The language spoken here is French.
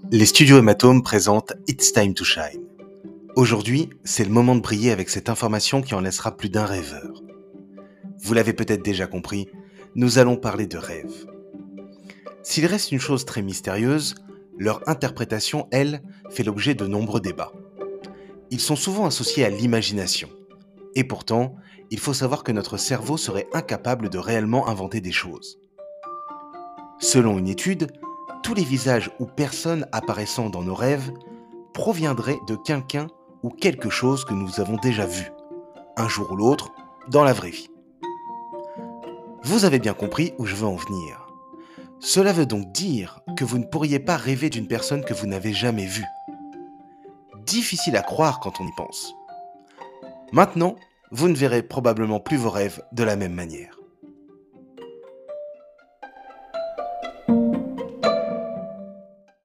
Les studios Hématome présentent It's Time to Shine. Aujourd'hui, c'est le moment de briller avec cette information qui en laissera plus d'un rêveur. Vous l'avez peut-être déjà compris, nous allons parler de rêves. S'il reste une chose très mystérieuse, leur interprétation, elle, fait l'objet de nombreux débats. Ils sont souvent associés à l'imagination. Et pourtant, il faut savoir que notre cerveau serait incapable de réellement inventer des choses. Selon une étude, tous les visages ou personnes apparaissant dans nos rêves proviendraient de quelqu'un ou quelque chose que nous avons déjà vu, un jour ou l'autre, dans la vraie vie. Vous avez bien compris où je veux en venir. Cela veut donc dire que vous ne pourriez pas rêver d'une personne que vous n'avez jamais vue. Difficile à croire quand on y pense. Maintenant, vous ne verrez probablement plus vos rêves de la même manière.